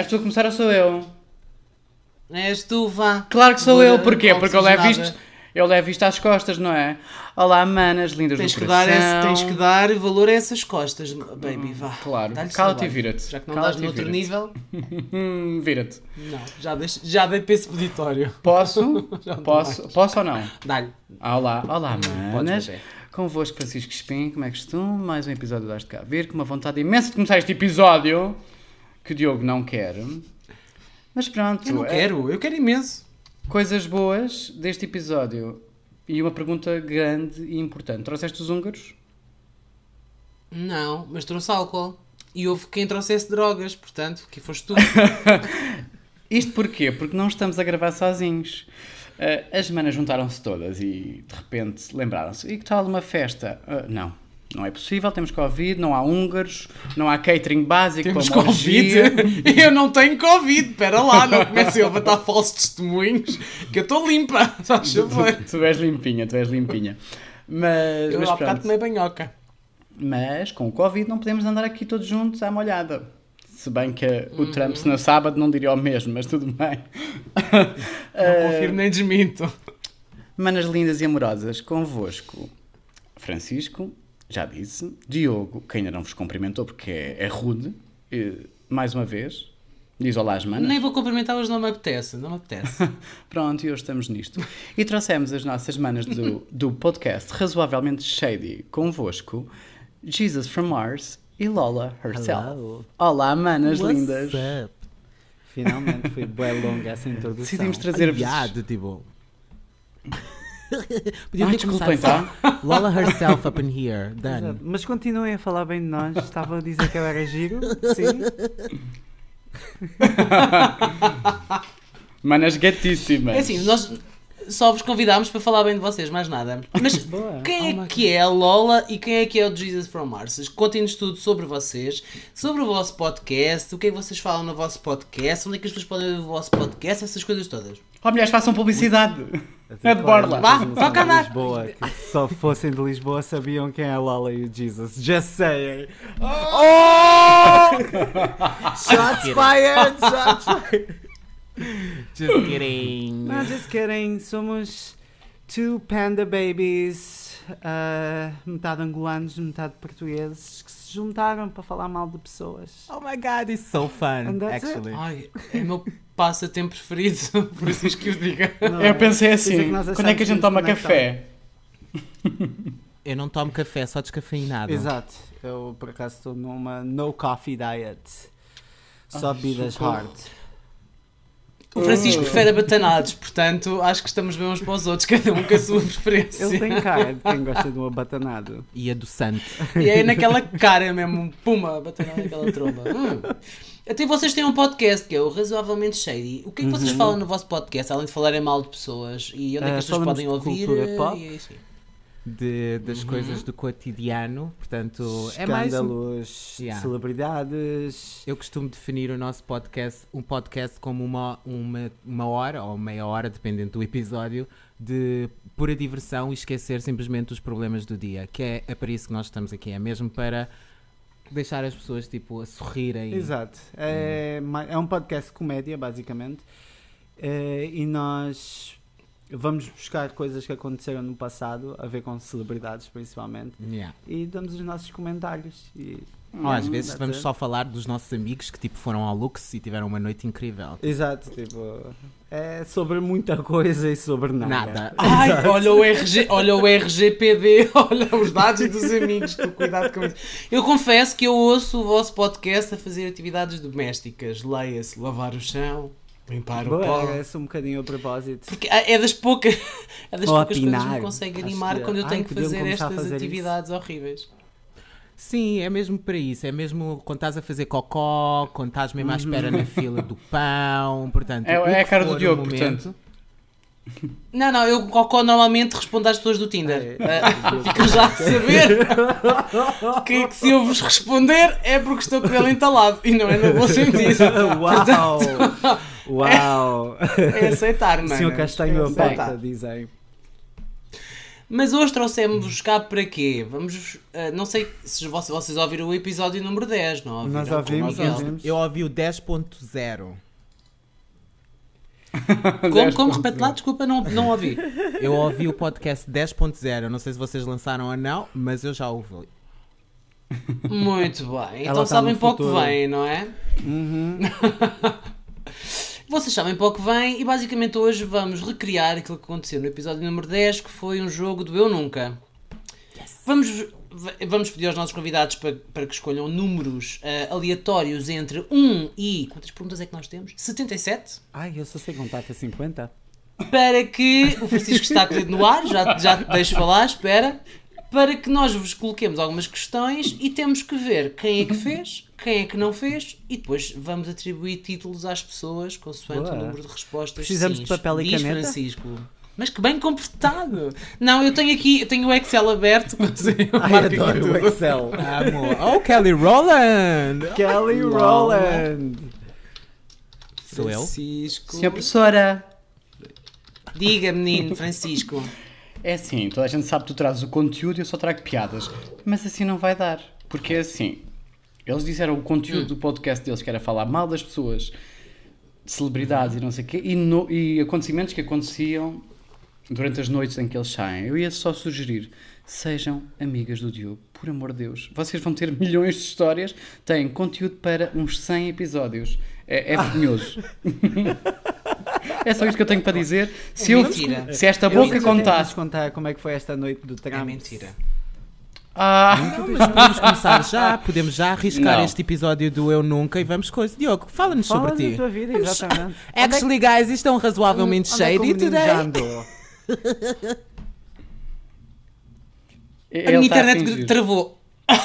tu a começar ou sou eu? És tu, vá. Claro que sou eu. Porquê? Porque eu levo isto às costas, não é? Olá, manas lindas do coração. Tens que dar valor a essas costas, baby, vá. Claro. Cala-te e vira-te. Já que não dás no outro nível... Vira-te. Não, já dei para esse peditório. Posso ou não? Dá-lhe. Olá, manas. Convosco, Francisco Espinho, como é que estão? Mais um episódio de Has de Cá Ver, com uma vontade imensa de começar este episódio, que o Diogo não quer. Mas pronto. Eu quero imenso. Coisas boas deste episódio. E uma pergunta grande e importante. Trouxeste os húngaros? Não, mas trouxe álcool. E houve quem trouxesse drogas, portanto, que foste tu. Isto porquê? Porque não estamos a gravar sozinhos. As manas juntaram-se todas e de repente lembraram-se. E que tal uma festa? Não é possível, temos Covid, não há húngaros, não há catering básico. Temos Covid? Eu não tenho Covid, espera lá, não comecem a levantar falsos testemunhos, que eu estou limpa, só favor. Tu és limpinha. Mas eu há bocado tomei banhoca. Mas com o Covid não podemos andar aqui todos juntos à molhada. Se bem que o Trump, se no sábado, não diria o mesmo, mas tudo bem. Não confirmo nem desminto. Manas lindas e amorosas, convosco, Francisco, já disse, Diogo, que ainda não vos cumprimentou porque é rude, mais uma vez, diz olá às manas. Nem vou cumprimentar hoje, não me apetece. Pronto, e hoje estamos nisto. E trouxemos as nossas manas do podcast Razoavelmente Shady, convosco, Jesus from Mars e Lola herself. Hello. Olá, manas What's lindas. Up? Finalmente foi bem longa essa introdução. Decidimos trazer-vos... tipo... Desculpem, tá? Lola herself up in here. Done. Mas continuem a falar bem de nós. Estavam a dizer que eu era giro. Sim. Manas gatíssimas. É assim, nós só vos convidámos para falar bem de vocês, mais nada. Mas quem é que é a Lola e quem é que é o Jesus from Mars? Contem-nos tudo sobre vocês, sobre o vosso podcast, o que é que vocês falam no vosso podcast, onde é que as pessoas podem ver o vosso podcast, essas coisas todas. Mulheres, façam publicidade. É de borla. Vá, toca a andar. Lisboa, que se só fossem de Lisboa sabiam quem é a Lola e o Jesus. Just saying. Oh! Shots fired! Just kidding. Não, just kidding. Somos two panda babies, metade angolanos, metade portugueses, que se juntaram para falar mal de pessoas. Oh my god, it's so fun, And that's actually. Ai, é o meu passatempo preferido, por isso que eu diga. Não, Eu pensei assim, por isso é que nós quando é que a achamos gente toma nos café? Eu não tomo café, só descafeinado. Exato. Eu, por acaso, estou numa no coffee diet. Só bebidas hard. O Francisco prefere abatanados, portanto, acho que estamos bem uns para os outros, cada um com a sua preferência. Ele tem cara de quem gosta de um abatanado. E adoçante. E é naquela cara mesmo, puma, abatanado naquela tromba. Até vocês têm um podcast que é o Razoavelmente Shady. O que é que vocês falam no vosso podcast, além de falarem mal de pessoas? E onde é que as pessoas falamos podem de ouvir? cultura pop. E é isso. Das coisas do cotidiano, portanto, é mais escândalos, Yeah. celebridades. Eu costumo definir o nosso podcast, um podcast como uma hora ou meia hora, dependendo do episódio, de pura diversão e esquecer simplesmente os problemas do dia, que é para isso que nós estamos aqui, é mesmo para deixar as pessoas tipo a sorrirem. Exato. É um podcast de comédia, basicamente. E nós vamos buscar coisas que aconteceram no passado, a ver com celebridades principalmente, Yeah. e damos os nossos comentários. Ou às vezes vamos só falar dos nossos amigos que tipo foram ao Lux e tiveram uma noite incrível. Exato, tipo, é sobre muita coisa e sobre nada. Ai, olha o RGPD, olha os dados dos amigos, tu cuidado com isso. Eu confesso que eu ouço o vosso podcast a fazer atividades domésticas, leia-se, lavar o chão, limpar o pó. É um bocadinho a propósito. Porque é das poucas coisas que apinar. me consegue Acho animar que- quando eu tenho que podiam fazer começar a estas fazer atividades horríveis. Sim, é mesmo para isso, é mesmo quando estás a fazer cocó, quando estás mesmo à espera na fila do pão, portanto... É o a que cara do for o Diogo, momento- portanto. Não, eu cocó normalmente respondo às pessoas do Tinder. Ficam já a saber que se eu vos responder é porque estou com ele entalado e não é no bom sentido. Uau! Uau! É aceitar, mano. Sim, o castanho É a aceitar. pata, dizem. Mas hoje trouxemos cá para quê? Vamos, não sei se vocês ouviram o episódio número 10, não ouviram? Nós ouvimos, Com o Miguel. ouvimos. Eu ouvi o 10.0. Como? Repete lá, desculpa, não ouvi. Eu ouvi o podcast 10.0. Não sei se vocês lançaram ou não, mas eu já ouvi. Muito bem, então Ela tá sabem no para o que futuro. vem, não é? Vocês sabem para o que vem e basicamente hoje vamos recriar aquilo que aconteceu no episódio número 10, que foi um jogo do Eu Nunca. Vamos pedir aos nossos convidados para que escolham números aleatórios entre 1 e... Quantas perguntas é que nós temos? 77? Ai, eu só sei contar até 50. Para que... O Francisco está com o dedo no ar, já te deixo falar, espera. Para que nós vos coloquemos algumas questões e temos que ver quem é que fez, quem é que não fez e depois vamos atribuir títulos às pessoas consoante Boa. o número de respostas. Precisamos de papel e Diz caneta? Francisco. Mas que bem comportado! Não, eu tenho o Excel aberto. Ai, adoro o Excel. Amor. Oh, Kelly Rowland! Kelly Rowland. Sou eu? Francisco. Senhora professora, Diga, menino Francisco. é assim, toda a gente sabe que tu trazes o conteúdo e eu só trago piadas. Mas assim não vai dar. Porque é assim, eles disseram o conteúdo do podcast deles que era falar mal das pessoas, de celebridades e não sei o quê, e acontecimentos que aconteciam durante as noites em que eles saem. Eu ia só sugerir, sejam amigas do Diogo, por amor de Deus. Vocês vão ter milhões de histórias, têm conteúdo para uns 100 episódios. É vergonhoso. É só isto que eu tenho para dizer. Se, mentira. se esta Eu boca tenho que contar... vos contar como é que foi esta noite do Trump. É mentira. Mas podemos começar já, podemos já arriscar Não. este episódio do Eu Nunca e vamos coisas. Diogo, fala-nos Fala sobre da ti. tua vida, exatamente. Actually, guys, isto é um razoavelmente Onde é que o shady menino já today. andou? A minha internet travou.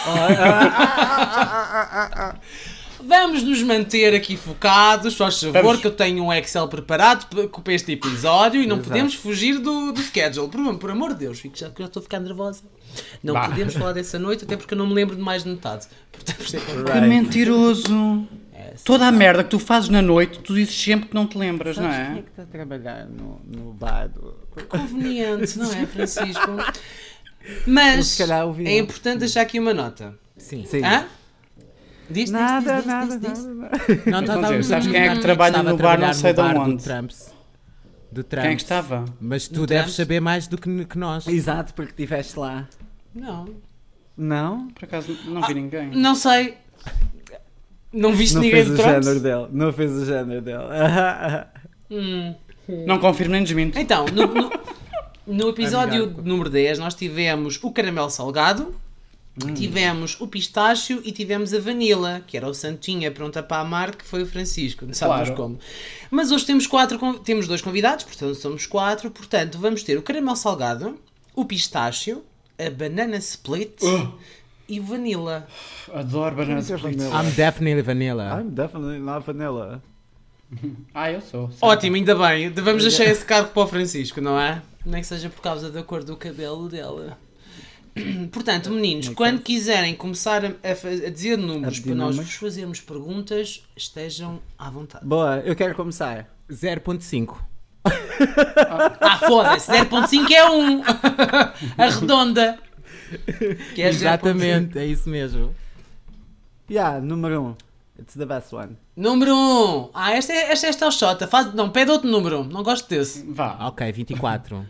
Vamos nos manter aqui focados, só favor, Vamos. que eu tenho um Excel preparado para este episódio e não Exato. podemos fugir do schedule. Por amor de Deus, já estou a ficar nervosa. Não Bah. podemos falar dessa noite, até porque eu não me lembro de mais de metade. Portanto, por isso é que eu- Que mentiroso! Toda a merda que tu fazes na noite, tu dizes sempre que não te lembras, não Sabes quem é é? que está a trabalhar no bar? Conveniente, não é, Francisco? Eu Mas se calhar ouvi, é não. importante deixar aqui uma nota. Sim. Sim. Hã? Diz. Nada. Não, Então, estava- sabes quem é que estava trabalha a no bar, trabalhar não sei no de bar do onde. Trumps. Do Quem é que Trumps. estava? Mas tu No deves Trumps? saber mais do que nós. Exato, porque estiveste lá. Não. Não? Por acaso não vi ninguém. Não sei. Não viste Não ninguém fez de o Trump? género dele. Não fez o género dele. Não confirmo nem desminto. Então, no episódio número 10 nós tivemos o caramelo salgado, tivemos o pistácio e tivemos a vanila, que era o Santinha pronta para amar, que foi o Francisco, não sabemos Claro. como. Mas hoje temos 2 convidados, portanto somos 4, portanto vamos ter o caramelo salgado, o pistácio, a banana split e o vanila. Adoro banana split. I'm definitely vanilla. I'm definitely not vanilla. Eu sou. Sim. Ótimo, ainda bem, devemos deixar esse cargo para o Francisco, não é? Nem que seja por causa da cor do cabelo dela. Portanto, meninos, quando quiserem começar a dizer números A pedir para nós números. vos fazermos perguntas, estejam à vontade. Boa, eu quero começar. 0.5. Foda-se, 0.5 é 1. Arredonda. Que é 0.5. Exatamente, é isso mesmo. Número 1. It's the best one. Número 1. Esta é ao Xota. Não, pede outro número. Não gosto desse. Vá. Ok, 24.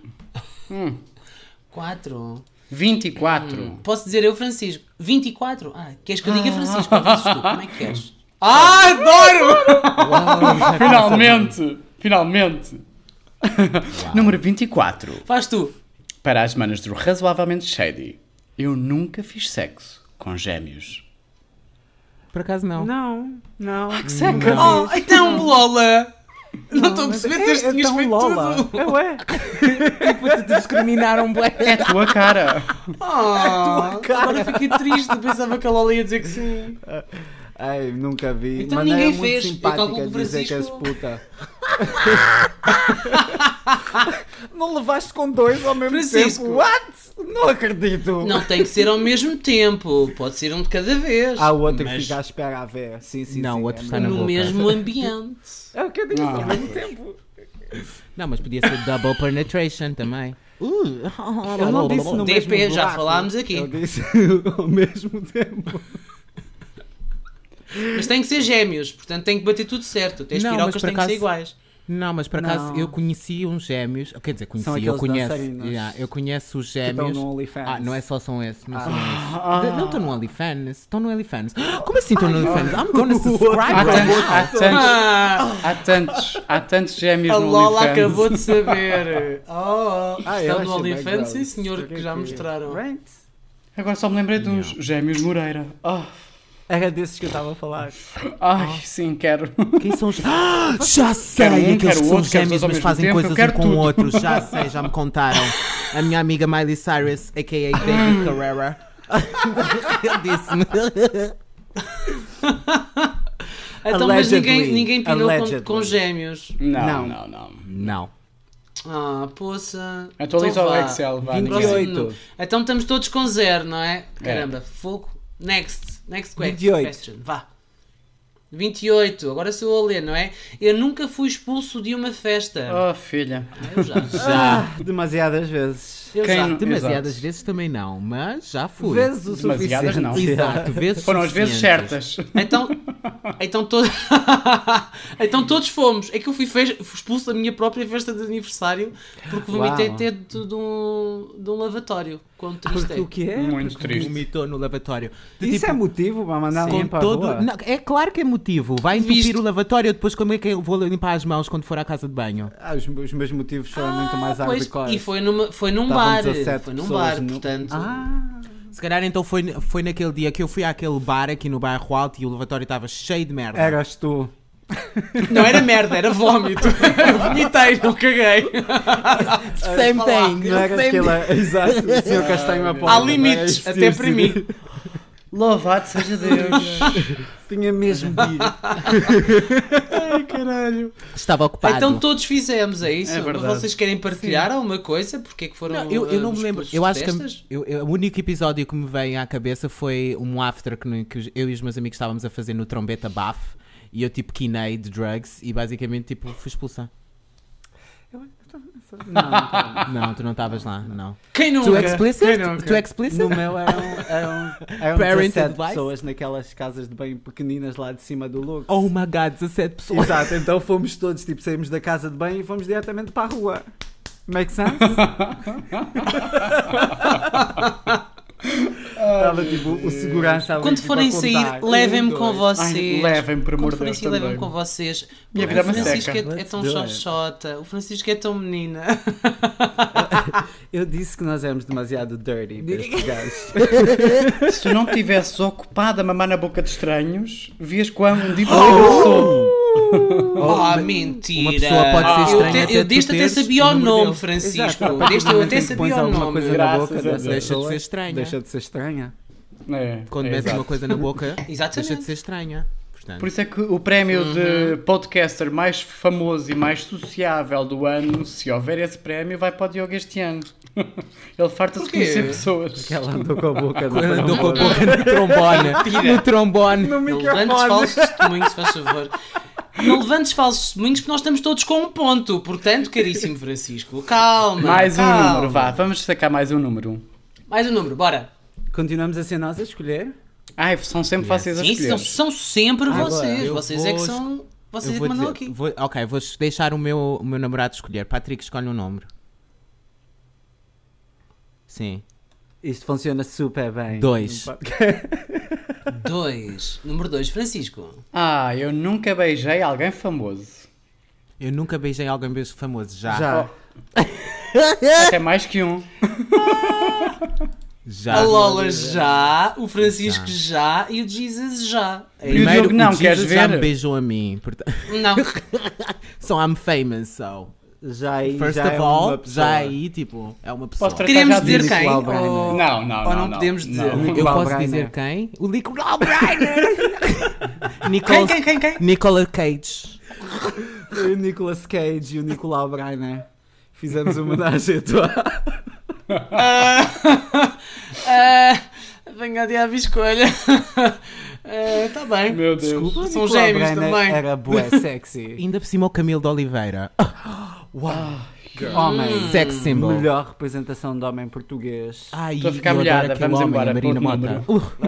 4. 24. Posso dizer eu, Francisco? 24? Queres que eu diga Francisco? Ou dizes tu? Como é que queres? Adoro! Finalmente! Finalmente! Número 24. Faz tu. Para as manas do Razoavelmente Shady. Eu nunca fiz sexo com gêmeos. Por acaso não. Não. Seca! Então, Lola! Não estou a perceber se este tinhas feito Lola. tudo. Ué. Te discriminaram, bué. É a tua cara! Agora fiquei triste. Pensava que a Lola ia dizer que sim. Ai, nunca vi. Então Mas ninguém é muito fez. Eu simpática calculo que dizer que és Francisco- puta. Não levaste com 2 ao mesmo Francisco. tempo? What? Não acredito. Não tem que ser ao mesmo tempo. Pode ser um de cada vez. Há o outro que Mas fica à espera a ver. Sim. Não, sim, o outro é está na no boca. mesmo ambiente. É o que eu disse ao mesmo tempo. Não, mas podia ser double penetration também. Eu não disse no DP, mesmo já buraco. falámos aqui. Eu disse ao mesmo tempo. Mas tem que ser gêmeos, portanto tem que bater tudo certo. Até as Não, mas pirocas por têm que ser acaso- iguais. Não, mas por acaso Não. eu conheci uns gêmeos. Quer dizer, São conheci, eu aqueles conheço. dançarinos. Yeah, eu conheço os Que estão gêmeos. no OnlyFans. Ah, não é só são esses. Não são Ah. esses. Não estão no OnlyFans. Estão no OnlyFans. Como assim estão no OnlyFans? I'm gonna subscribe Há right tantos, now. Ah, há tantos gêmeos a no Lola OnlyFans. acabou de saber. Eu Estão no achei bem OnlyFans, gross. sim senhor, Porque que já que- mostraram. Right? Agora só me lembrei de uns gêmeos Moreira. Era desses que eu estava a falar. Ai, sim, quero. Quem são os. Já sei! Quero um, Aqueles quero que são outro, quero gêmeos, todos ao mas mesmo fazem tempo, coisas eu quero um com tudo. o outro. Já sei, já me contaram. A minha amiga Miley Cyrus, a.k.a. David Carrera. Ele disse-me. Então, mas Allegedly. ninguém pinou Allegedly. com gêmeos. Não, Não. não. Não. Ah, poça. Atualiza Então o vá. Excel, vá. 28. ninguém. Próximo número. Então estamos todos com 0, não é? Caramba, fogo. Next 28. question. Vá. 28. Agora sou eu a ler, não é? Eu nunca fui expulso de uma festa. Oh, filha. Eu já. Já. Demasiadas vezes. Eu Quem já. não- Demasiadas Exato. vezes também não, mas já fui. Vezes o Demasiadas suficiente. não. Exato, vezes Foram as vezes suficientes. certas. Então, então todos fomos. É que eu fui expulso da minha própria festa de aniversário porque vomitei Uau. dentro de um lavatório. Quão triste Porque é. o que é? Muito Porque triste. vomitou no lavatório. De Isso tipo, é motivo para mandar com alguém para a todo... rua? Não, é claro que é motivo. Vai entupir Visto. o lavatório, depois como é que eu vou limpar as mãos quando for à casa de banho? Os meus motivos foram muito mais Pois, hardcore. e foi num Estavam bar. 17 Foi num pessoas bar, no- portanto. Se calhar então foi naquele dia que eu fui àquele bar aqui no bairro Alto e o lavatório estava cheio de merda. Eras tu. Não era merda, era vómito. Eu vomitei, não caguei. Same thing. Não era same aquele. Exato, o senhor Castanho a Há limites, até para mim. Louvado seja Deus. Tinha mesmo dia. Ai, caralho. Estava ocupado. Então todos fizemos, é isso? É verdade. Vocês querem partilhar alguma coisa? Porque é que foram Não, eu não me lembro. expulsos Eu de acho que festas? o único episódio que me vem à cabeça foi um after que eu e os meus amigos estávamos a fazer no Trombeta Baf e eu tipo quinei de drugs e basicamente tipo fui expulsa. Não, Não, tu não estavas lá, não. Quem Tu nunca? explicit? Quem nunca? Tu explicit? no meu eram Parent 17 advice? pessoas naquelas casas de banho pequeninas lá de cima do Lux. Oh my god, 17 pessoas. Exato, então fomos todos, tipo, saímos da casa de banho e fomos diretamente para a rua. Make sense? Estava tipo o segurança ali, Quando tipo, forem a contar. sair, levem-me Um, com dois. vocês. Levem, por amor Quando de forem Deus, sair, levem-me também. com vocês. Minha Porque vida é o uma Francisco seca. é tão Let's do it. xoxota. O Francisco é tão menina. Eu disse que nós éramos demasiado dirty para estes gajos. Se tu não estivesses ocupado a mamar na boca de estranhos, vias quão divertido eu sou. Oh, mentira. uma pessoa pode ser estranha até Eu deste tu até teres sabia o o número nome, dele. Francisco. Exato. Deste eu até Quando pões sabia o alguma nome. coisa na Graças boca a dessa Deus. Deixa de pessoa, ser estranha. Deixa de ser estranha. É, Quando é metes exato. uma coisa na boca, Exatamente. deixa de ser estranha. Portanto, Por isso é que o prémio de podcaster mais famoso e mais sociável do ano, se houver esse prémio, vai para o Diogo este ano. Ele farta-se de Porquê? conhecer pessoas. Que ela andou com a boca no andou com a trombone. boca no trombone. No trombone. No Não levantes microfone. falsos testemunhos, faz favor. Não levantes falsos testemunhos porque nós estamos todos com um ponto. Portanto, caríssimo Francisco, calma. Mais um calma. número, vá. Vamos sacar mais um número. Mais um número, bora. Continuamos a ser nós a escolher? Ai, são sempre vocês a Sim, escolher. são sempre Agora, vocês. eu Vocês vou é que são. Vocês é que mandam aqui. Ok, vou deixar o meu namorado escolher. Patrick, escolhe um número. Sim. Isto funciona super bem. 2. 2. Número 2, Francisco. Ah, eu nunca beijei alguém famoso. Eu nunca beijei alguém mesmo famoso. Já. Até mais que um. Já. A Lola já, o Francisco já e o Jesus já. É E o Primeiro, Diogo não, o queres Jesus já ver? me beijou a mim. Portanto, Não. so I'm famous, so... Já aí, First já of é all, uma pessoa. já aí, tipo, é uma pessoa. Posso tratar Queremos já dizer disso. quem? Nicolau Breiner. Ou... Não, Ou não podemos dizer? não. Eu Nicolau posso Breiner. dizer quem? O Nicolau Breiner! Quem? Nicolas Cage. Foi o Nicolas Cage e o Nicolau Breiner. Fizemos uma homenagem a tua. Venha a diabo escolha. Está bem. Meu Deus. Desculpa, São Nicolau gêmeos Breiner também. Era bué sexy. Ainda por cima o Camilo de Oliveira. Uau. Homem. Sex symbol. Melhor representação de homem português. Ai, Estou a ficar eu adoro molhada, aquele vamos homem, embora, a Marina ponto Mota.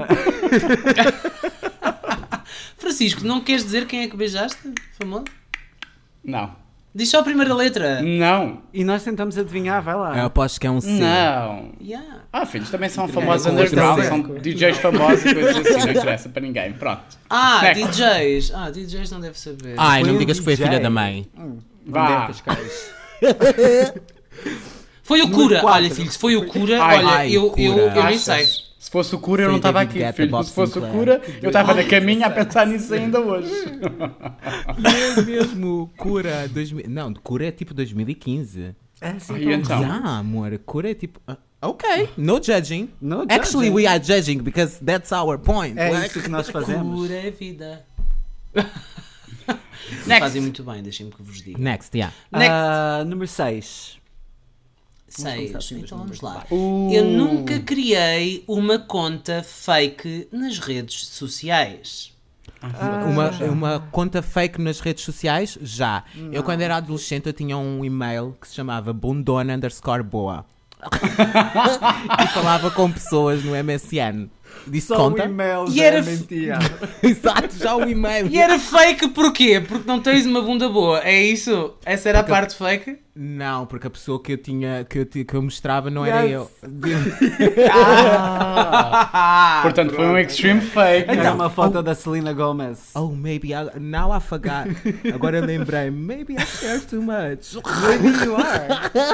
Francisco, não queres dizer quem é que beijaste? Famoso? Não. Diz só a primeira letra. Não. E nós tentamos adivinhar, vai lá. Eu aposto que é um C. Não. Yeah. Filhos, também são famosos com underground, letra C. são DJs famosos e coisas assim, não interessa para ninguém. Pronto. DJs. DJs não deve saber. Ai, Foi não um digas que foi a DJ. filha da mãe. Vá. Cascais. Foi o Número cura. quatro. Olha, filho, se foi o cura, Ai, olha, ai, eu nem Achas? sei. Se fosse o cura, eu não Foi estava David aqui, Guetta, filho. Bob Se fosse Sinclair. o cura, eu estava na caminha a pensar nisso ainda hoje. É mesmo, Cura 2000. Não, Cura é tipo 2015. Assim, Ai, então. Ah, amor, Cura é tipo. Ok, no judging. No Actually, judging. we are judging because that's our point. É Like- isso que nós fazemos. Cura é vida. Next. Fazem muito bem, deixem-me que vos diga. Next, yeah. Número 6. 6. assim, Então mas vamos lá. Uh. Eu nunca criei uma conta fake nas redes sociais. Uma conta fake nas redes sociais? Já. Eu quando era adolescente eu tinha um e-mail que se chamava bundona_boa e falava com pessoas no MSN. Disse Só conta? o e-mail E já era é f- mentira. Exato, já o e-mail. E era fake porquê? Porque não tens uma bunda boa. É isso? Essa era a parte fake? Não, porque a pessoa que eu tinha que eu mostrava não era eu. Portanto, foi um extreme fake. Era uma foto da Selena Gomez. Oh, maybe now I forgot. Agora lembrei. Maybe I share too much. Maybe you are.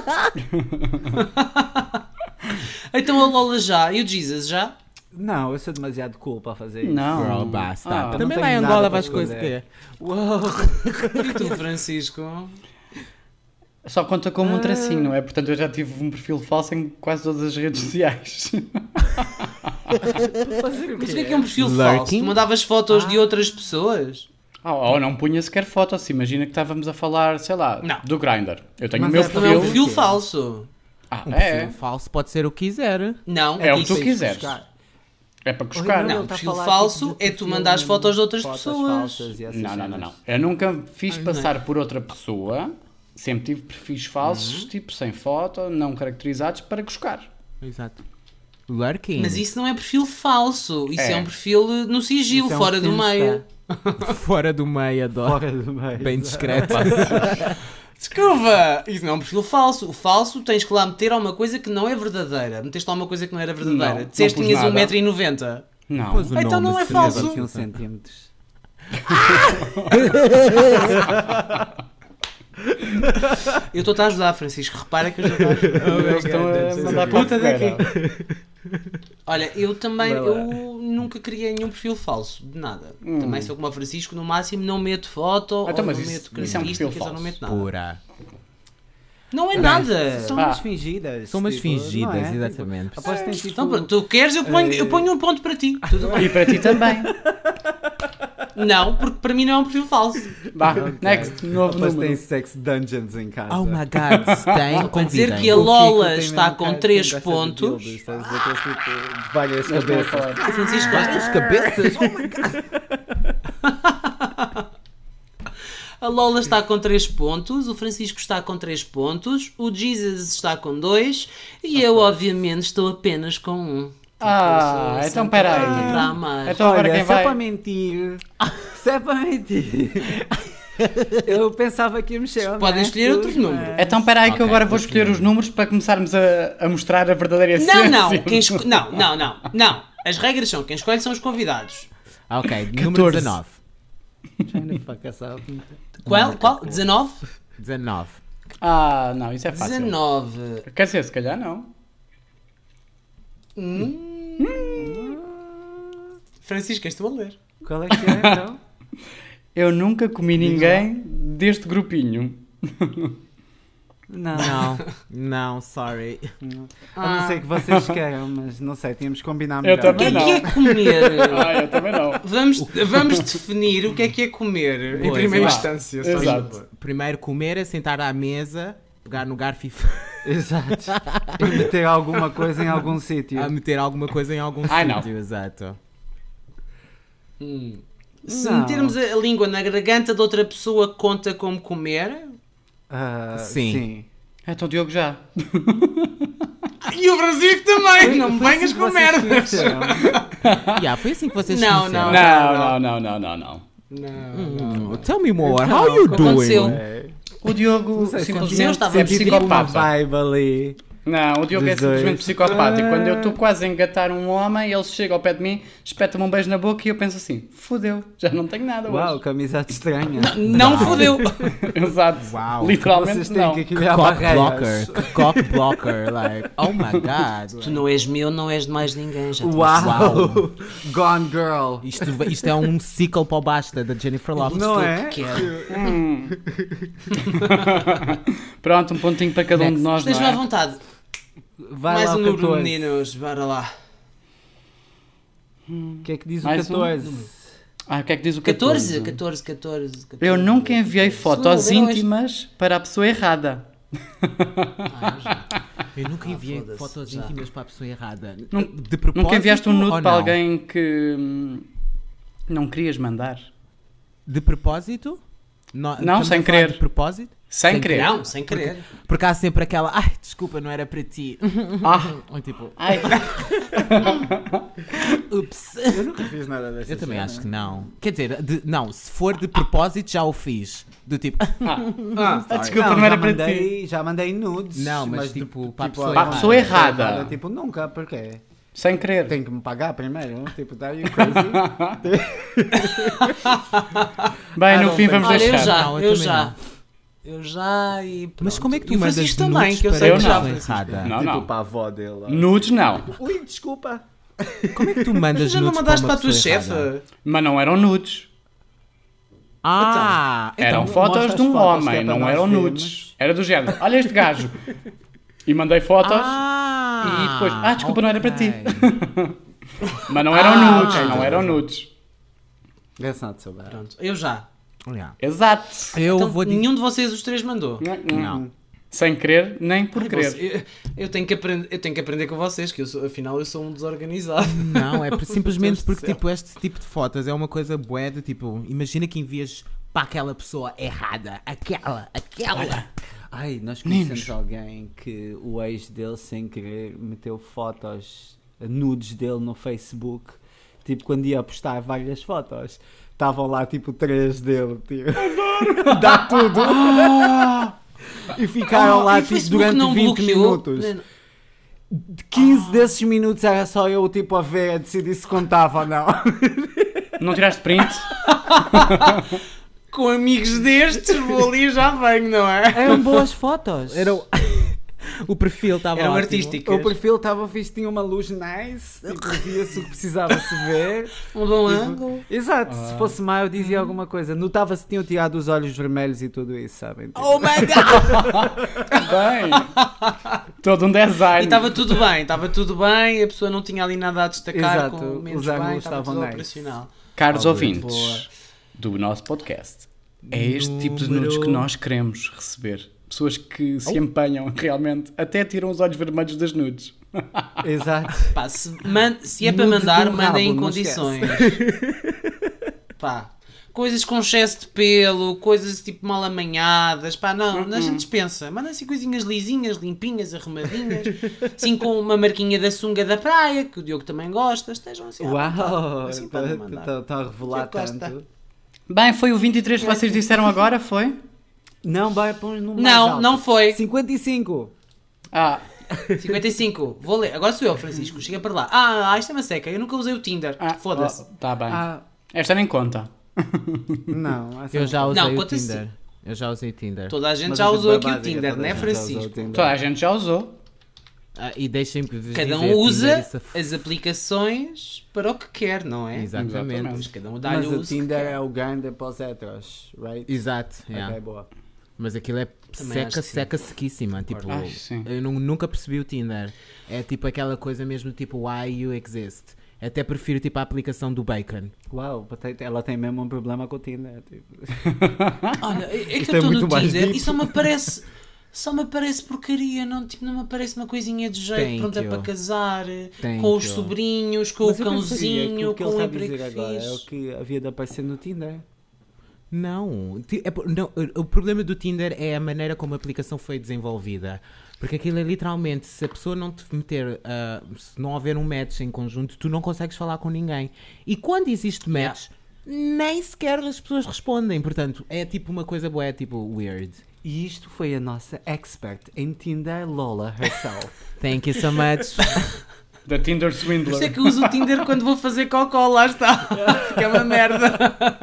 Então a Lola já. E o Jesus já? Não, eu sou demasiado cool para fazer isso. Não. Girl, basta. Ah, eu Também não lá em tenho Angola nada vais para coisas esconder. que Uou. E tu, Francisco? Só conta como um tracinho, não é? Portanto, eu já tive um perfil falso em quase todas as redes sociais. Fazer o Mas o quê? que é um perfil Lurking? falso? Tu mandavas fotos de outras pessoas? Ou não punha sequer foto, se imagina que estávamos a falar, sei lá, Não. do Grindr. Eu tenho Mas o meu é Não é um perfil. perfil falso. um É. perfil falso pode ser o que quiser. Não, É o que tu isso- quiseres. Buscar. É para cuscar. Oi, Não, ele está a perfil falar falso tipo de é tu perfil mandares mesmo. fotos de outras Fotos pessoas. falsas e essas Não. cenas. Eu nunca fiz Ai, passar por outra pessoa. Sempre tive perfis falsos, tipo sem foto, não caracterizados, para cuscar. Exato. Lurking. Mas isso não é perfil falso. Isso é, É. um perfil no sigilo, Isso é um fora do Finsta. meio. Fora do meio, adoro. Fora do meio. Bem discreto. Desculpa! Isso não é um perfil falso. O falso tens que lá meter alguma coisa que não é verdadeira. Meteste lá uma coisa que não era verdadeira. Não, Disseste que não tinhas pus nada. 1,90m. Não. Pois o Então nome não é seria falso. 21 centímetros. Eu estou-te a ajudar, Francisco. Repara que eu já estou a ajudar. Eles estão a mandar para a Puta fogueira. Olha, eu também Vai lá. eu nunca criei nenhum perfil falso, de nada. Também sou como o Francisco, no máximo não meto foto, Então, ou mas não isso- meto isso é um perfil características, ou não falso. meto nada. Pura. Não é nada. São Ah. umas fingidas. São umas tipo, fingidas, não é? exatamente. Tipo, aposto que tem tipo... Então pronto, tu queres, eu ponho um ponto para ti. Tudo bem. E para ti também. Não, porque para mim não é um perfil falso. Vá, next, novo Aposto que tem número. sex dungeons em casa. Oh my god, se tem, Para dizer convidem. que a O Kiko Lola tem está mesmo com cara 3 que gosta de pontos. dildos, estás a ver aqueles tipo de várias Eu estou a cabeças. falar. O Francisco gosta. As cabeças. Oh my god. A Lola está com 3 pontos, o Francisco está com 3 pontos, o Jesus está com 2 e eu, obviamente, estou apenas com 1. Ah, então espera Para aí. amar. Então agora Olha, quem se é vai... para mentir, se é para mentir, eu pensava que ia mexer. Podem escolher outros números. Então espera aí que eu Ok, agora vou vou escolher os números para começarmos a mostrar a verdadeira Não, essência. não, não. As regras são, quem escolhe são os convidados. Ok, 14. número 19. Qual? 19? 19. Ah, não, isso é fácil. 19. Quer dizer, se calhar não. Francisco, és tu a ler. Qual é que é então? Eu nunca comi ninguém deste grupinho. Não. Não, sorry. A não ser que vocês queiram, mas não sei, tínhamos que combinar Eu melhor. O que também é comer? Ah, eu também não. Vamos definir o que é comer em Pois, primeira vá. instância. só Exato. favor. Primeiro comer é sentar à mesa, pegar no garfo Exato. E meter alguma coisa em algum sítio. a meter alguma coisa em algum Ai, não. sítio, exato. Se Não. metermos a língua na garganta de outra pessoa, conta como comer? Ah, Sim. sim. Então, Diogo, já. E o Francisco também! Não me Foi venhas assim com que vocês merdas! conheceram? Foi assim que vocês Não, conheceram. Não. Tell me more, Então, how you o que aconteceu? doing? É. O Diogo Não sei, simplesmente eu é estava senti tipo uma psicopata. vibe ali. Não, o Diogo é Dos dois. simplesmente psicopata. E quando eu estou quase a engatar um homem, ele chega ao pé de mim, espeta-me um beijo na boca e eu penso assim, fodeu, já não tenho nada Uau, hoje. que amizade estranha. Não fodeu! Exato. Uau. Literalmente Vocês têm não. que criar Cock barreiras. blocker, cock blocker, like, oh my god. Tu não és meu, não és de mais ninguém. Já te Uau! Gone Girl. Isto é um sequel para o Basta da Jennifer Lopez. Não disse é? o que quero. Pronto, um pontinho para cada um de nós, não Estejam à é? vontade. Vai Mais lá um o número, 14. meninos. Bora lá. O que é que diz o Mais um? 14? O que é que diz o 14? 14? 14. Eu nunca enviei fotos Não, íntimas para a pessoa errada. Eu nunca enviei foda-se, fotos já. íntimas para a pessoa errada. Nun- De propósito Nunca enviaste um nude ou para não? alguém que não querias mandar? De propósito? Não, Estamos sem a falar querer. De propósito? Sem Sem querer. Não, sem querer. Porque há sempre aquela, ai, desculpa, não era para ti. Ah, Ou tipo, ai. ups. Eu nunca fiz nada dessas. Eu também acho que não. Quer dizer, não, se for de propósito já o fiz. Do tipo, Desculpa, não era para ti. Já mandei nudes. Não, mas tipo, para a pessoa Para a pessoa errada. Tipo, nunca, porquê? Sem querer. Tem que me pagar primeiro. Tipo, tá you crazy? Bem, no não, fim vamos Olha, eu deixar. já, Não, eu eu também já. não. Eu já e pronto. mas como é que tu E o mandas Francisco nudes também, que eu para sei eu que a já não. pessoa errada? Não, tipo, não. para a avó dele. Nudes não. Ui, desculpa. Como é que tu mandas Já não nudes mandaste para uma a tua pessoa chefe? errada? Mas não eram nudes. Eram fotos mostra de as um fotos, que homem, é para não nós eram vermos. nudes. Era do género. Olha este gajo. E mandei fotos, e depois, desculpa, não era para ti. mas não eram nudes, ok. não eram nudes. That's not so bad. Pronto, eu já. Yeah. Exato. Eu Então, vou dizer. nenhum de vocês os três mandou. Não. Sem querer, nem por Ai, querer. eu tenho que aprender com vocês, que afinal eu sou um desorganizado. Não, é simplesmente Deus do porque céu. tipo, este tipo de fotos é uma coisa bué de tipo, imagina que envias para aquela pessoa errada, aquela. Ai, nós conhecemos alguém que o ex dele, sem querer, meteu fotos nudes dele no Facebook. Tipo, quando ia postar várias fotos, estavam lá tipo 3 dele. Tipo. Dá tudo. E ficaram lá E o tipo, Facebook durante não 20 bloqueou? minutos. De 15 desses minutos era só eu tipo a ver, a decidir se contava ou não. Não tiraste print? Com amigos destes, vou ali e já venho, não é? Eram boas fotos. O perfil estava Eram ótimo. artísticas. O perfil estava fixe, tinha uma luz nice, tipo, via-se o que precisava se ver. Um bom ângulo. Exato, se fosse má eu dizia alguma coisa. Notava-se que tinham tirado os olhos vermelhos e tudo isso, sabem? Tipo, Oh my god! Bem. Todo um design. E estava tudo bem, a pessoa não tinha ali nada a destacar, Exato, com menos os bem, ângulos estava estavam tudo nice. operacional. Caros Oh, ouvintes boa. do nosso podcast, é este tipo de nudes que nós queremos receber. Pessoas que se empenham realmente, até tiram os olhos vermelhos das nudes. Exato. Pá, se é para Nude mandar, do rabo, mandem em não condições. Pá, coisas com excesso de pelo, coisas tipo mal amanhadas, pá, não, a gente dispensa. Manda assim coisinhas lisinhas, limpinhas, arrumadinhas, assim com uma marquinha da sunga da praia, que o Diogo também gosta, estejam assim. à vontade. Uau, Assim podem mandar. estão a revelar Eu gosto. tanto. Bem, foi o 23 que vocês disseram agora, foi? Não, vai pôr no mais Não, alto. não foi. 55. Ah, 55, vou ler. Agora sou eu, Francisco, chega para lá. Isto é uma seca, eu nunca usei o Tinder. Foda-se. Tá bem. Ah, Esta nem conta. não. essa Eu não já pode. usei Não, o conta-se. Tinder. Eu já usei Tinder. Toda a gente Mas já a usou bem aqui o básica, Tinder, toda não a é, gente já usou o Francisco? Tinder. Toda a gente já usou. E deixem-me vos Cada dizer, um usa Tinder, isso as aplicações para o que quer, não é? Exatamente. Exatamente. Cada um dá-lhe Mas o o uso que Tinder quer. é o grande para os heteros, right? Exato. yeah. Ok, boa. Mas aquilo é Também acho que sim. sequíssima. Tipo, Ai, sim. eu nunca percebi o Tinder. É tipo aquela coisa mesmo, tipo, why you exist. Até prefiro tipo a aplicação do Bacon. Uau, ela tem mesmo um problema com o Tinder. Tipo. Olha, é que Isto eu é estou muito no mais Tinder deep. e só me parece porcaria, não, tipo, não me parece uma coisinha de jeito Thank pronta you. para casar, Thank com os you. sobrinhos, com Mas o eu pensaria que cãozinho, o que ele com o está a emprego dizer agora é o fixe. que havia de aparecer no Tinder. Não, não, o problema do Tinder é a maneira como a aplicação foi desenvolvida. Porque aquilo é literalmente, se a pessoa não te meter, se não houver um match em conjunto, tu não consegues falar com ninguém. E quando existe match, nem sequer as pessoas respondem. Portanto, é tipo uma coisa boa, é tipo weird. E isto foi a nossa expert em Tinder, Lola herself. Thank you so much. Da Tinder Por Swindler. isso é que eu uso o Tinder quando vou fazer cocó, lá está. Fica uma merda.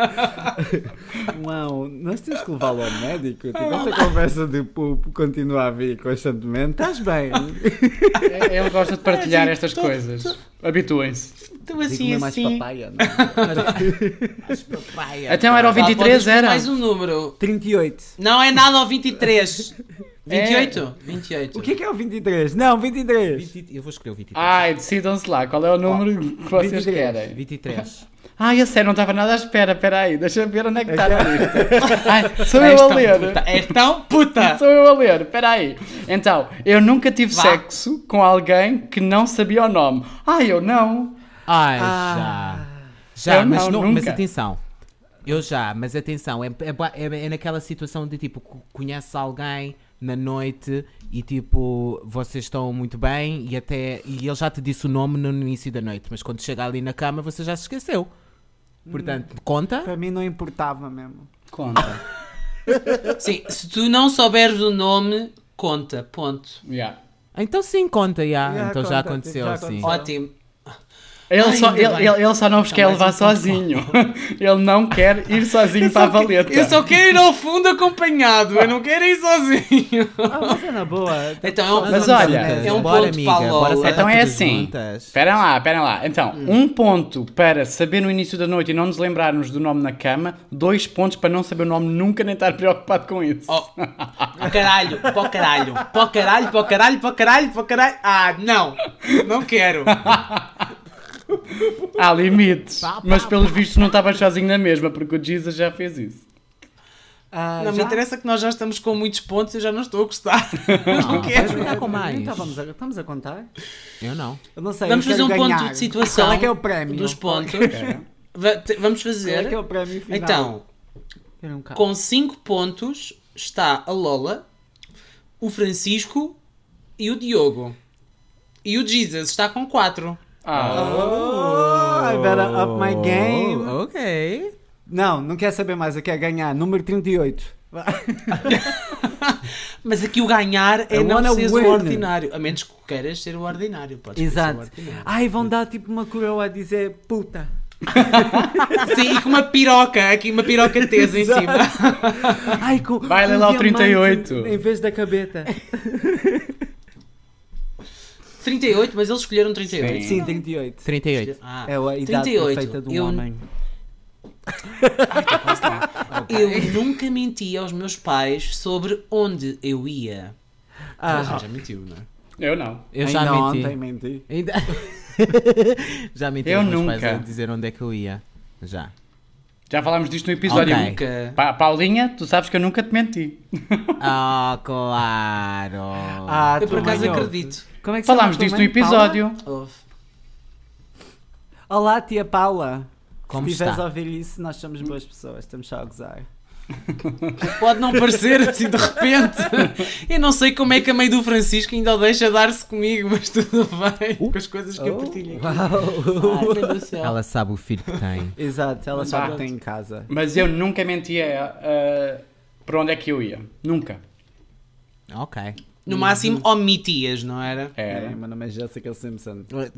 Uau, nós temos que levá-lo ao médico. Tipo, esta conversa de pupo continua a vir constantemente. Estás bem? Ele gosta de partilhar estas coisas. Habituem-se. Então Digo-me assim, mais assim. papaya, não é? Papaya. Então era o 23, era? Mais um número. 38. Não é nada ao 23. 28? 28. O que é o 23? Não, 23. Eu vou escolher o 23. Ai, decidam-se lá. Qual é o número que vocês 23. querem? 23. Ai, a sério, não estava nada à espera. Espera aí, deixa-me ver onde é que está na lista. Ai, sou És eu a tão ler. puta. És tão puta. Sou eu a ler, espera aí. Então, eu nunca tive Vá. sexo com alguém que não sabia o nome. Ai, eu não. Ai, já, Eu mas, não, mas nunca. atenção. Eu já, mas atenção, é naquela situação de tipo, conheces alguém na noite e tipo, vocês estão muito bem e ele já te disse o nome no início da noite, mas quando chega ali na cama você já se esqueceu. Portanto, conta? Para mim não importava mesmo. Conta. Sim, se tu não souberes o nome, conta. Ponto. Yeah. Então sim, conta, Já então já conta, aconteceu, já sim. aconteceu. Ótimo. Ele, Ai, só, ainda ele, bem. ele só não vos quer mais levar um ponto sozinho. Ele não quer ir sozinho para a valeta. Eu só quero ir ao fundo acompanhado. Eu não quero ir sozinho. Mas é na boa. Então, Mas olha, é um bora, ponto amiga, para a bora Lola. ser Então é todas assim. juntas. Esperem lá. Então, 1 ponto para saber no início da noite e não nos lembrarmos do nome na cama. 2 pontos para não saber o nome nunca nem estar preocupado com isso. Oh, caralho, para o caralho. Para o caralho, para o caralho, para o caralho, para o caralho. Ah, não. Não quero. Há limites. Mas pelos vistos não estavas sozinho na mesma, porque o Jesus já fez isso. Não me interessa que nós já estamos com muitos pontos e eu já não estou a gostar. Não Queres quero. jogar com mais? Então estamos a contar? Eu não. Eu não sei. Vamos eu fazer um quero ponto ganhar. de situação Qual é que é o prémio? dos pontos. Vamos Qual fazer. é que é o prémio final? Então, Quero um carro. com 5 pontos está a Lola, o Francisco e o Diogo. E o Jesus está com 4. I better up my game. Ok. Não quer saber mais, eu quero ganhar. Número 38. Mas aqui o ganhar é I não wanna seres win. o ordinário. A menos que queiras ser o ordinário. Podes ser o Exato. ordinário. Ai, vão dar tipo uma coroa a dizer puta. Sim, e com uma piroca, aqui uma piroca tesa em cima. Ai, com Vai ler lá o diamante 38. Em vez da cabeta. 38, mas eles escolheram 38. Sim, 38. 38. Ah, É a idade 38. perfeita do Eu- homem. Eu nunca menti aos meus pais sobre onde eu ia. Ah, Já mentiu, não é? Eu não. Eu ainda já menti. ontem menti. Ainda... já menti Eu aos meus nunca. pais a dizer onde é que eu ia. Já. Já falámos disto no episódio. Ok. Nunca. Paulinha, tu sabes que eu nunca te menti. Ah, claro. Ah, Eu por tua acaso mãe ouve. acredito. Como é que Falámos chama a disto tua no mãe? Paula? episódio. Houve. Olá, tia Paula. Como Se estiveres está? a ouvir isso, nós somos boas pessoas. Estamos só a gozar. Pode não parecer assim de repente. Eu não sei como é que a mãe do Francisco ainda o deixa dar-se comigo, mas tudo bem. Com as coisas que eu partilho aqui. Ai, meu Deus do céu. Ela sabe o filho que tem. Exato, ela sabe Exato. que tem em casa. Mas eu nunca mentia para onde é que eu ia. Nunca. Ok. No máximo omitias, não era? Era. Meu nome é Jessica Simpson. É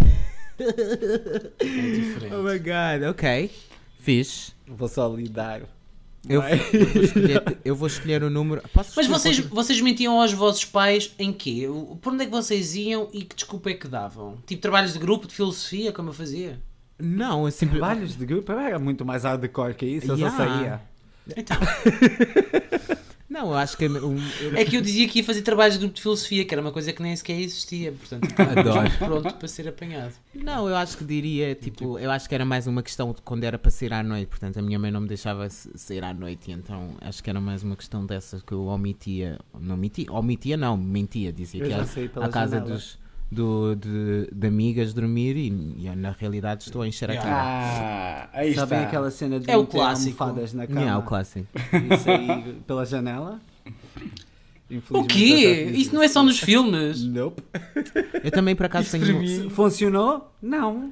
diferente. Oh my god, ok. Fixe. Vou só lidar. Eu, Vai. eu vou escolher o número. Posso Mas escolher vocês mentiam aos vossos pais em quê? Por onde é que vocês iam e que desculpa é que davam? Tipo trabalhos de grupo, de filosofia, como eu fazia? Não, eu simplesmente. Trabalhos de grupo? Eu era muito mais hardcore que isso, eu só Yeah. saía. Então, Não, eu acho que. é que eu dizia que ia fazer trabalhos de grupo de filosofia, que era uma coisa que nem sequer existia, portanto, Adoro. pronto para ser apanhado. Não, eu acho que diria, tipo, eu acho que era mais uma questão de quando era para sair à noite, portanto a minha mãe não me deixava sair à noite, e então acho que era mais uma questão dessas que eu omitia, não, mentia não, dizia Eu que já ia saí pela à casa janela. de amigas dormir e eu, na realidade estou a encher a cara. Aí Sabem está. aquela cena de É o meter clássico. almofadas na cama É o clássico. e sair pela janela? O Infelizmente, quê? eu já fiz Isso não é só nos filmes. Nope. Eu também por acaso tenho. Funcionou? Não.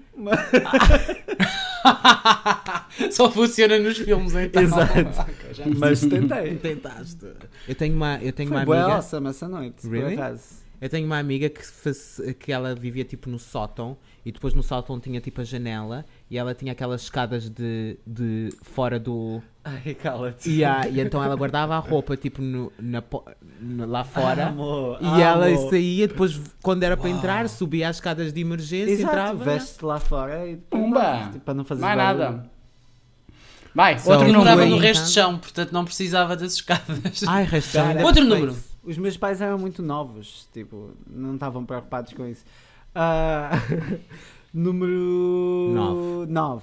Só funciona nos filmes, então. Exato. Ok, já percebi. Mas tentei. Tentaste. Eu tenho uma Foi amiga. bué awesome essa noite, Really? por acaso. Eu tenho uma amiga que ela vivia tipo no sótão e depois no sótão tinha tipo a janela e ela tinha aquelas escadas de fora do. Ai, cala-te. E então ela guardava a roupa tipo lá fora Amor, e ela amor. saía, depois quando era para entrar subia às escadas de emergência, Exato, entrava. veste lá fora e depois Pumba! vais, tipo, para não fazer Mais barulho. nada. Vai, So, outro Eu morava número. no Então- resto de chão, portanto não precisava das escadas. Ai, resto ainda Outro perfeito. número. Os meus pais eram muito novos, tipo, não estavam preocupados com isso. Ah, número 9.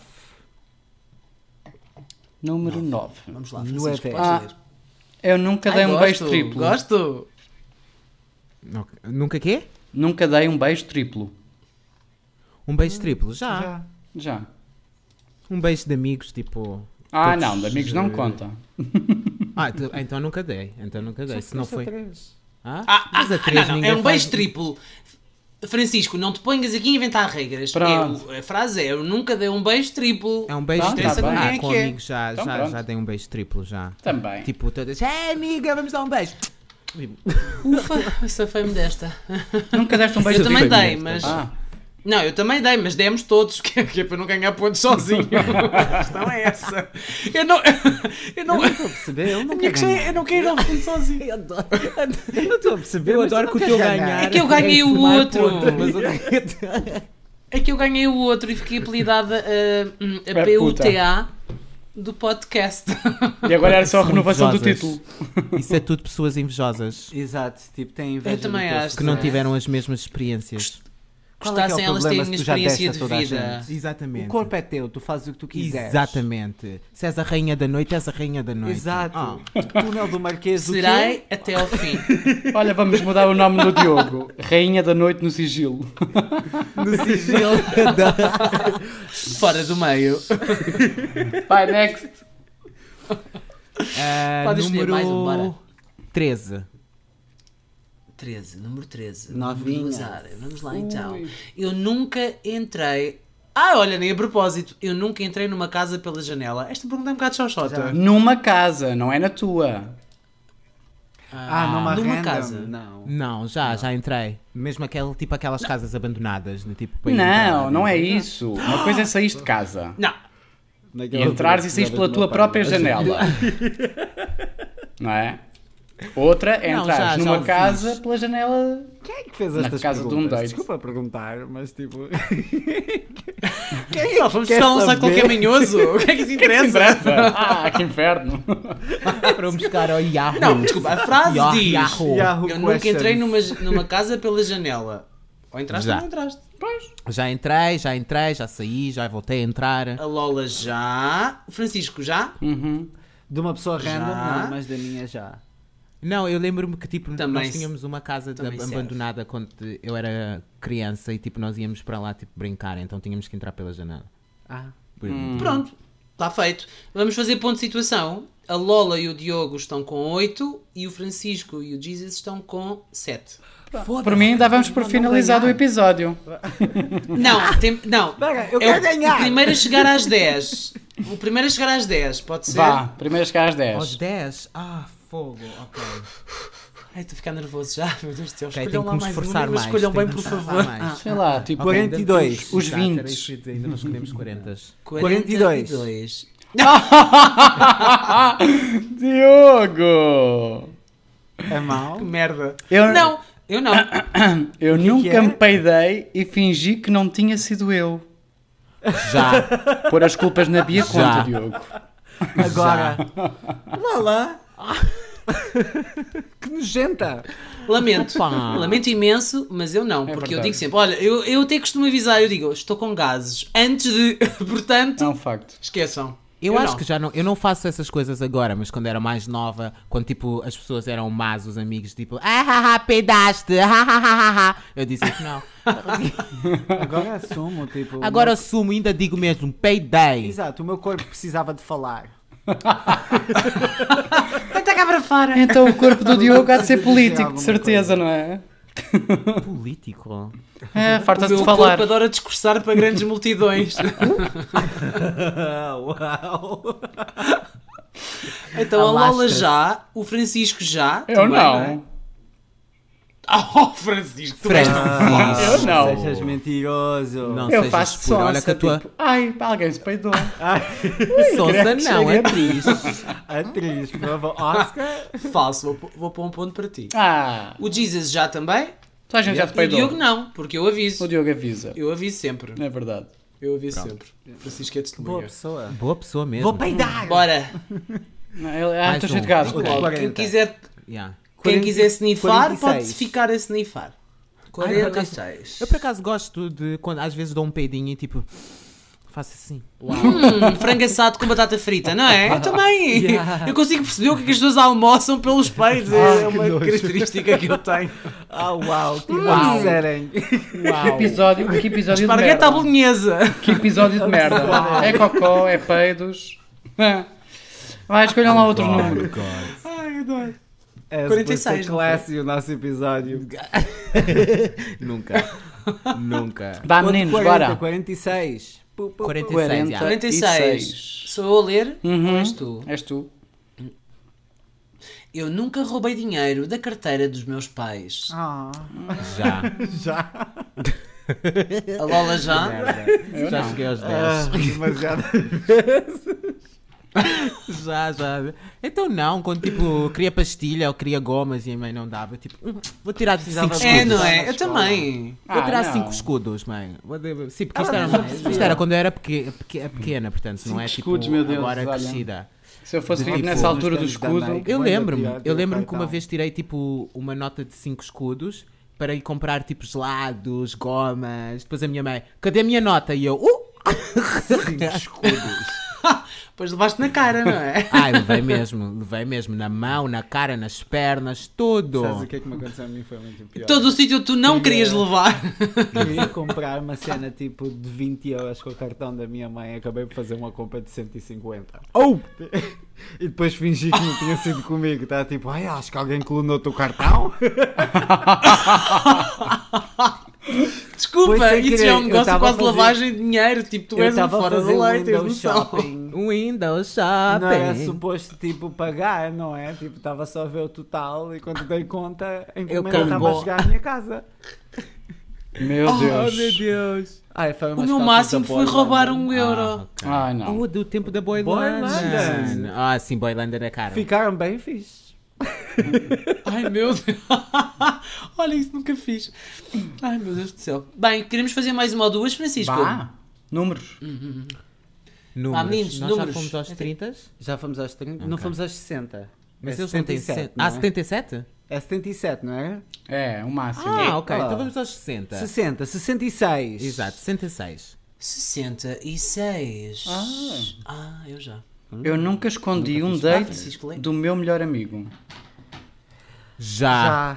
Número 9. Vamos lá, No Francisco, EV. podes ler. Eu nunca Ai, dei um gosto, beijo triplo. Gosto. Ok. Nunca quê? Nunca dei um beijo triplo. Um beijo triplo? Já. Já. Um beijo de amigos, tipo. Ah, Todos, não, de amigos não conta. Então nunca dei. Se não foi. Mas a três não, ninguém é um faz- beijo triplo. Francisco, não te ponhas aqui a inventar regras. Pronto. A frase é: eu nunca dei um beijo triplo. É um beijo Pronto, triplo. tá bem. Quem é Com que é? amigos já, Então já, pronto. já dei um beijo triplo já. Também. Tipo, todas. Amiga, vamos dar um beijo. Ufa, safei-me desta. Nunca deste um beijo Eu também triplo. dei, mas. Ah, Não, eu também dei, mas demos todos, que é para não ganhar pontos sozinho. A questão é essa. Eu não Eu não estou a perceber, eu a não minha quero questão é: ganhar. eu não quero ir ao fundo sozinho. Eu não estou a perceber, Eu mas tu adoro não que o queres teu ganhar. ganhar. É que eu ganhei o somar outro. pontos, mas eu ganhei- É que eu ganhei o outro e fiquei apelidada a É PUTA do podcast. e agora era só a São renovação do invejosas. título. Isso é tudo pessoas invejosas Exato, tipo, tem inveja Eu também do teu acho. que não sucesso. tiveram as mesmas experiências. Qual é que é o Gostassem elas problema terem se a tu já experiência deste de a toda a vida. gente? Exatamente. O corpo é teu, tu fazes o que tu quiseres. Exatamente. Se és a rainha da noite, és a rainha da noite. Exato. Ah. Túnel do Marquês, o quê? Serei até ao fim. Olha, vamos mudar o nome do Diogo. Rainha da Noite no Sigilo. No sigilo da... Fora do meio. Vai, next. Pode escolher número mais um, bora. 13. 13, número 13. Novinha. Vamos usar. Vamos lá então. Eu nunca entrei. Olha, nem a propósito. Eu nunca entrei numa casa pela janela. Esta pergunta é um bocado xoxota. Numa casa, não é na tua. Numa numa random? casa. Não. Não, já entrei. Mesmo tipo aquelas casas abandonadas. De, tipo, para ir Não, entrar. não é isso. Uma coisa é sair de casa. Não. Naquela Entrares e altura saís pela precisavas de tua uma própria parede. janela. Não é? Outra é Não, entrares já numa o casa fiz. pela janela. Quem é que fez Na estas casa de um perguntas? date. Desculpa perguntar, mas tipo... Só vamos Quer buscar um saco saber? qualquer manhoso. O que é que isso interessa? Interessa. Que inferno. Para buscar ao Yahoo. Não, desculpa, a frase diz: Yahoo. Yahoo eu nunca entrei questions. numa casa pela janela. Ou entraste Já. ou não entraste. Já entrei, já saí, já voltei a entrar. A Lola já. O Francisco já. Uhum. De uma pessoa Já. random, não, mas da minha já. Não, eu lembro-me que tipo, Também nós tínhamos uma casa também serve. abandonada quando eu era criança e tipo, nós íamos para lá tipo, brincar, então tínhamos que entrar pela janela. Por- Pronto, está feito. Vamos fazer ponto de situação. A Lola e o Diogo estão com 8 e o Francisco e o Jesus estão com 7. Por mim, dávamos por finalizado o episódio. Não, não. Pera, eu É quero ganhar. O primeiro a chegar às 10. O primeiro a chegar às 10, pode ser? Vá, primeiro a chegar às 10. Aos 10? Fogo, ok. Ai, estou a ficar nervoso já. Meu Deus do céu. Ok, Escolham tenho lá que me mais esforçar um, mas mais. escolham bem, tenho por que me favor. esforçar mais. Sei lá, tipo, Ok, 42. os Exato, era 20. isso que eu ia dizer, ainda não escolhemos 40. 42. Diogo! É mau? Que merda. Eu Não, eu não. Eu que nunca é? me peidei e fingi que não tinha sido eu. Já. Pôr as culpas na Bia Já. conta, Diogo. Agora. Vá lá. Que nojenta. Lamento. Opa. Lamento imenso, mas eu não. É Porque eu verdade. digo sempre, olha, eu até costumo avisar, eu digo, estou com gases. Antes de... Portanto, É um facto. esqueçam. Eu acho não. que já não, eu não faço essas coisas agora, mas quando era mais nova, quando tipo as pessoas eram más, os amigos, tipo, peidaste, eu dizia que não. Agora assumo, tipo... Agora assumo, ainda digo mesmo, peidei. Exato, o meu corpo precisava de falar. Tenta cá para fora. Então o corpo do Diogo há de ser Dizer político, de alguma certeza, não é? Político. É, O farta-se meu de falar. corpo adora discursar para grandes multidões. Uau! Então a Lola Alastra-se. já, o Francisco já. Eu também, não. é? Oh, Francisco, tu és... Eu não. Sejas mentiroso. Não. Eu sejas faço escuro, sonsa, olha que a tua- tipo, ai, alguém se peidou. Sonsa credo, não, chega. atriz. Atriz, por favor. Oscar. Falso, vou pôr um ponto para ti. Ah, O Jesus já também. toda a gente já se E o peidou. Diogo não, porque eu aviso. O Diogo avisa. Eu aviso sempre. É verdade. Eu aviso sempre. Francisco é Boa testemunha. pessoa. Boa pessoa mesmo. Vou peidar! Bora. Não, Mais estou um. cheio de gases. Outro Quem 40. quiser, Yeah. quem quiser snifar, 46. pode ficar a snifar. Ai, por acaso- 46. Eu por acaso gosto de quando às vezes dou um peidinho e tipo, faço assim. Frango assado com batata frita, não é? Eu também. Yeah. Eu consigo perceber o que é que as pessoas almoçam pelos peitos. É uma característica que eu tenho. Uau, que não disserem. Que episódio de Esparguete à merda. bolonhesa. Que episódio de merda. É cocó, é peidos. Vai, escolham lá outro número. Ai, adoro. É 46, não classe o nosso episódio. Nunca. Nunca. Vá, Outro meninos, 40, bora. 46. 46, já. 46. Sou eu a ler? Uhum. Ou és tu? És tu. Eu nunca roubei dinheiro da carteira dos meus pais. Ah, Já. já. A Lola já? Eu Já não. cheguei aos 10. Demasiado. Já. Então não, quando tipo queria pastilha ou queria gomas e a mãe não dava, tipo, vou tirar 5 Precisava escudos. É, não na é? Eu escola. também. Vou tirar não. 5 escudos, mãe. Sim, porque Ah, mas eu isto era quando eu era pequena, portanto, não é Cinco escudos, tipo meu Deus, agora olha. crescida. Se eu fosse De vivo tipo, nessa altura do nos tempos da escudo. Nike. Eu Vai lembro-me tirar que uma cartão. vez tirei tipo uma nota de 5 escudos para ir comprar tipo gelados, gomas. Depois a minha mãe, cadê a minha nota? E eu, Escudos. Depois levaste na cara, não é? Ai, levei mesmo, na mão, na cara, nas pernas, tudo. Sabes o que é que me aconteceu a mim? Foi muito pior. Todo o sítio que tu não querias levar. Queria comprar uma cena tipo de 20 euros com o cartão da minha mãe. Acabei por fazer uma compra de 150. Oh! E depois fingi que não tinha sido comigo. Estava tipo, ai, acho que alguém clonou o teu cartão. Desculpa, Foi sem isso querer, é um eu negócio tava quase a fazer- lavagem de dinheiro. Tipo, tu Eu és um estava a fora fazer da lei, tens window noção. shopping. Windows Shopping. Não era suposto tipo pagar, não é? Tipo, estava só a ver o total e quando dei conta, a encomenda estava a carregou. chegar à minha casa. Meu Oh, Deus. meu Deus. Ai, foi O umas meu calças máximo da foi Boy roubar London. 1 euro. Ok. Ai, não. Oh, do tempo da Boylander. Boylander. Ah, sim, Boylander é caro. Ficaram bem fixe. Ai meu Deus. Olha, isso nunca fiz. Ai meu Deus do céu. Bem, queremos fazer mais uma ou duas, Francisco? Vá. Números. Números. meninos, Nós números. já fomos aos 30, Já fomos aos 30, não Ok. fomos aos 60. mas É eles não têm 77, 60. Ah, não é? 77? É 77, não é? É, o máximo. Ah, ok. Ah. Então vamos aos 60. 60, 66. Exato, 66. 66. Eu já. Eu nunca escondi um Ah, date Francisco, lê. do meu melhor amigo. Já. Já.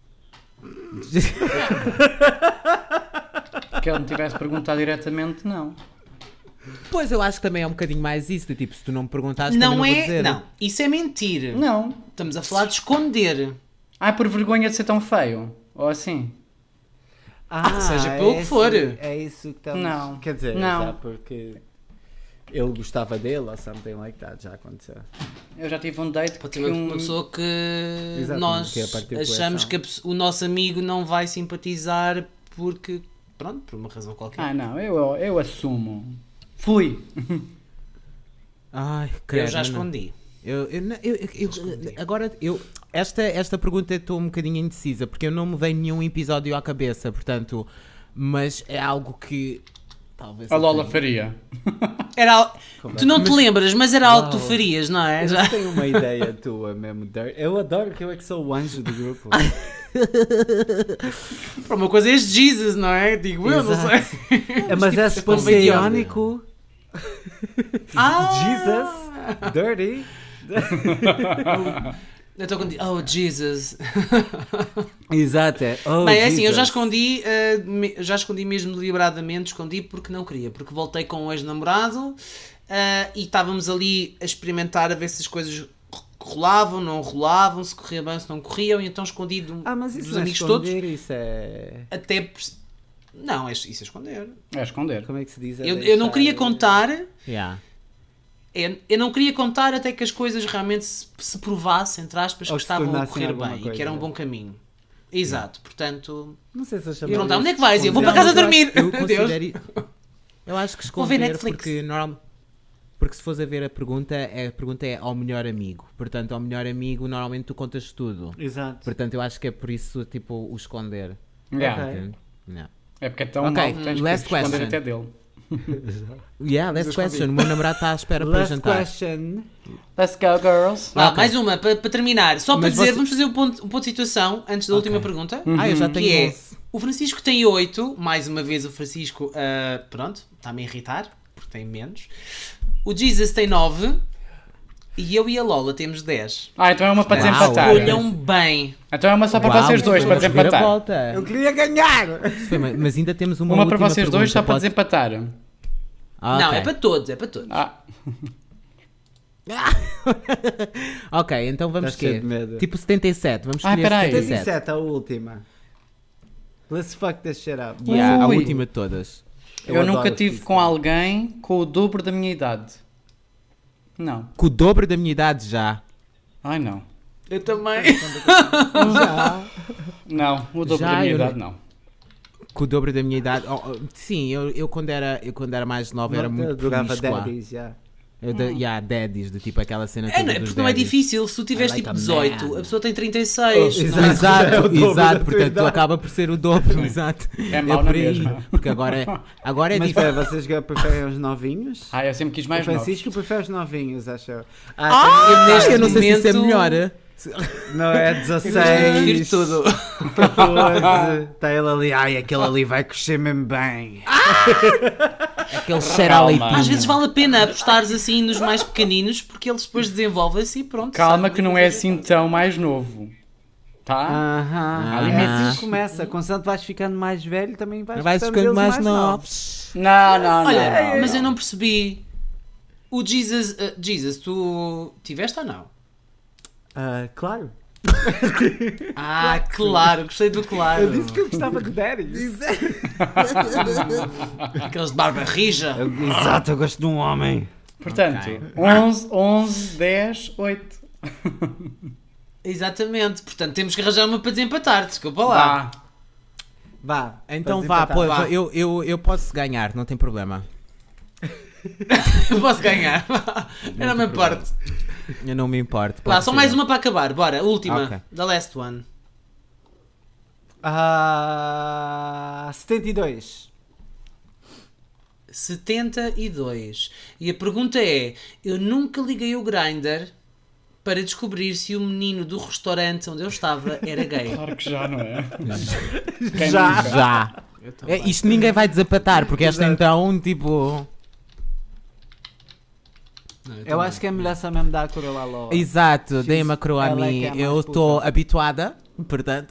Que ele me tivesse perguntado diretamente, não. Pois eu acho que também é um bocadinho mais isso, de tipo, se tu não me perguntares, também Não não vou é. dizer. Não, isso é mentir. Não. Estamos a falar de esconder. Ai, por vergonha de ser tão feio. Ou assim. seja pelo que for. É isso que estamos... Não. Quer dizer, Não. já porque ele gostava dele ou something like that, já aconteceu. Eu já tive um date Pode que ser uma pessoa que Exato, nós que é a partir de achamos coleção. que o nosso amigo não vai simpatizar porque, pronto, por uma razão qualquer. Ah, não. Eu assumo. Fui. Ai, Eu credo, já não. escondi. Agora, esta pergunta estou um bocadinho indecisa, porque eu não me vem nenhum episódio à cabeça, portanto, mas é algo que talvez... A Lola eu tenha. faria. Era algo... Tu não te lembras, mas era algo que tu Uau. farias, não é? Eu Já... tenho uma ideia tua mesmo. Eu adoro que eu é que sou o anjo do grupo. Para uma coisa é este Jesus, não é? Digo eu, não Exato. sei. Mas é Tipo, suposto meio ser idiota. irónico Jesus, dirty. Eu estou com... Oh, Jesus. Exato, é. Oh, Bem, é assim, eu já Jesus. escondi mesmo deliberadamente, escondi porque não queria, porque voltei com um ex-namorado e estávamos ali a experimentar, a ver se as coisas rolavam, não rolavam, se corria bem, se não corriam, e então escondi Mas isso dos não é amigos todos. esconder, isso é... Até... Não, isso é esconder. É esconder. Como é que se diz? É Eu não queria deixar- contar... Yeah. Eu não queria contar até que as coisas realmente se provassem, entre aspas, Ou que que se estavam a tornassem correr alguma bem e coisa. que era um bom caminho. Exato, portanto... Não sei se eu E chamaria perguntar, onde é que isso vais? de Eu vou esconder. para casa Não, dormir. Eu Adeus. considero... Eu acho que Vou ver esconder Netflix. porque se fores a ver a pergunta é ao melhor amigo. Portanto, ao melhor amigo normalmente tu contas tudo. Exato. Portanto, eu acho que é por isso, tipo, o esconder. Yeah. Ok. Entende? Yeah. É porque é tão Ok, mau que tens last que esconder question. até dele. Yeah, last question. O meu namorado está à espera para Last jantar. question. Let's go, girls. Vá, Ok. mais uma, para terminar. Só para Mas dizer, você- vamos fazer um ponto de situação antes da última pergunta. Eu já tenho Que é, 11. o Francisco tem 8, mais uma vez o Francisco, pronto, está-me a irritar, porque tem menos. O Jesus tem 9 e eu e a Lola temos 10. Então é uma para Uau. desempatar. Escolham bem. Então é uma só para Uau, vocês dois, para vamos ver a desempatar. volta. Eu queria ganhar! Mas ainda temos uma Uma para última vocês dois, pergunta, só para pode- desempatar. Ah, Não, ok. é para todos, é para todos. Ok, então vamos Estás cheio quê? de medo. Tipo 77, vamos Ah, escolher peraí. 77. 77, a última. Let's fuck this shit up. Yeah, a Ui. última de todas. Eu adoro nunca esse tive tipo com de- alguém com o dobro da minha idade. Não. Com o dobro da minha idade já. Ai não. Eu também. Já. Não, o dobro Já, da minha eu idade não- não. Com o dobro da minha idade. Sim, eu quando era mais nova era muito durava promíscua. daddies, já. Yeah, daddies, de tipo aquela cena É, toda não, é dos porque não é daddies. difícil. Se tu tiveres I like tipo a 18, man. a pessoa tem 36. Oh, não é? Exato, É o dobro da exato, tua portanto idade. acaba por ser o dobro, exato. É mau na por aí, mesma. porque agora é Mas difícil. espera, vocês preferem os novinhos? Eu sempre quis O mais novos. Francisco prefere os novinhos, acho. eu Ah, neste eu não sei se isso é momento- melhor. Não é Prefiro 16, tudo. 14, está ele ali, ai, aquele ali vai crescer mesmo bem. Aquele cheiro a Calma. leitinho. Às vezes vale a pena apostares assim nos mais pequeninos porque eles depois desenvolvem-se e pronto. Calma sabe? que não é assim tão mais novo. Tá? Aham, Ah. é assim que começa. Constante vais ficando mais velho, também vais Vais ficando ficando deles mais novos. Não, não, Olha, não. mas eu não percebi. O Jesus, tu tiveste ou não? Claro. Claro, gostei do claro. Eu disse que eu gostava de daddies. Aqueles de barba rija. Exato, eu gosto de um homem. Portanto, Ok. 11, 10, 8. Exatamente, portanto temos que arranjar uma para desempatar, desculpa lá. Vá. Então podes vá, empatar. pô, Vá. eu posso ganhar, não tem problema. Eu posso ganhar. Eu não me importo. Eu não me importo. Lá, pode só ser. mais uma para acabar, bora, a última. Ok. The last one. 72. 72. E a pergunta é: eu nunca liguei o Grindr para descobrir se o menino do restaurante onde eu estava era gay. Claro que já, não é? Quem Já. nunca? Já. Isto ninguém vai desapatar, porque esta então, tipo. Eu acho que é melhor só mesmo dar a coroa à Lola. Exato, dei-me a coroa a ela é mim. que é a mais Eu estou puta. habituada, portanto.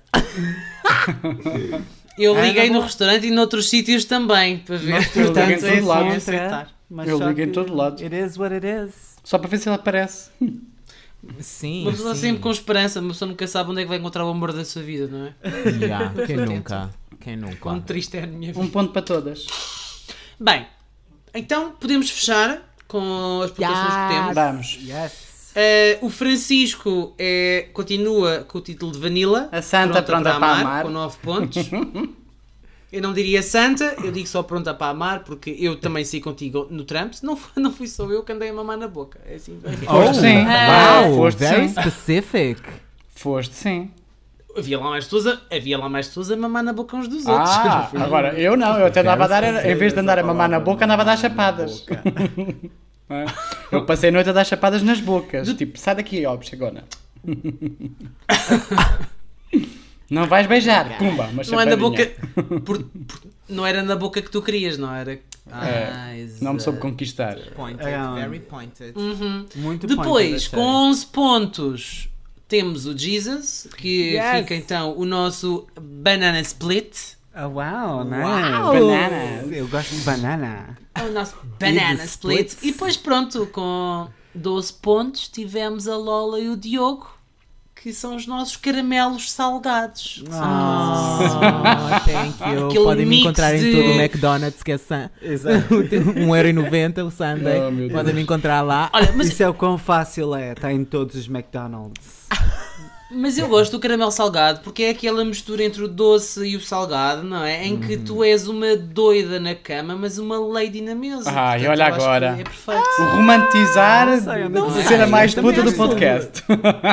Eu É, liguei na no boa. restaurante e noutros sítios também, para ver. Eu liguei em Portanto, todo lado. é aceitar. Mas Eu só ligo em que todo lado. It is what it is. Só para ver se ele aparece. Sim. Uma pessoa sim. sempre com esperança, uma pessoa nunca sabe onde é que vai encontrar o amor da sua vida, não é? Yeah, quem Atento. nunca? Quem nunca? Quão triste é a minha vida. Um ponto para todas. Bem, então podemos fechar com as pontuações que temos. Vamos. Yes. O Francisco continua com o título de Vanilla. A Santa pronta para amar. com 9 pontos. Eu não diria Santa, eu digo só pronta para amar, porque eu também saí contigo no Trumps. Não fui só eu que andei a mamar na boca. É assim, enfim. Foste sim. Wow, Foste very sim. specific. Foste sim. Havia lá mais pessoas a mamar na boca uns dos outros. Não fui eu. Agora, eu não. Eu até andava a dar, em vez de andar a mamar na boca, andava a dar chapadas. É. Eu passei a noite a dar chapadas nas bocas. Tipo, sai daqui, ó, chegona. Não vais beijar. Pumba, uma Não é na chapadinha. boca. Não era na boca que tu querias, não era? Não me soube conquistar. Pointed, very pointed. Muito Depois, pointed, com 11 pontos, temos o Jesus, que Yes. fica então o nosso Banana Split. Uau, nice. Uau. Bananas. Eu gosto de banana. É o nosso Banana the Split. splits. E depois, pronto, com 12 pontos, tivemos a Lola e o Diogo, que são os nossos caramelos salgados. Thank you. Aquele Podem me mix encontrar de- em todo o McDonald's, que é Exato. 1,90€ o Sunday. Oh, meu Deus. Podem me encontrar lá. Olha, mas, Isso é o quão fácil é. Está em todos os McDonald's. mas eu gosto do caramelo salgado porque é aquela mistura entre o doce e o salgado, não é? Em que tu és uma doida na cama, mas uma lady na mesa. Ah, e Portanto, olha eu acho agora. que é perfeito. O romantizar Não sei onde é que de vai. ser a mais Também puta do acho. podcast.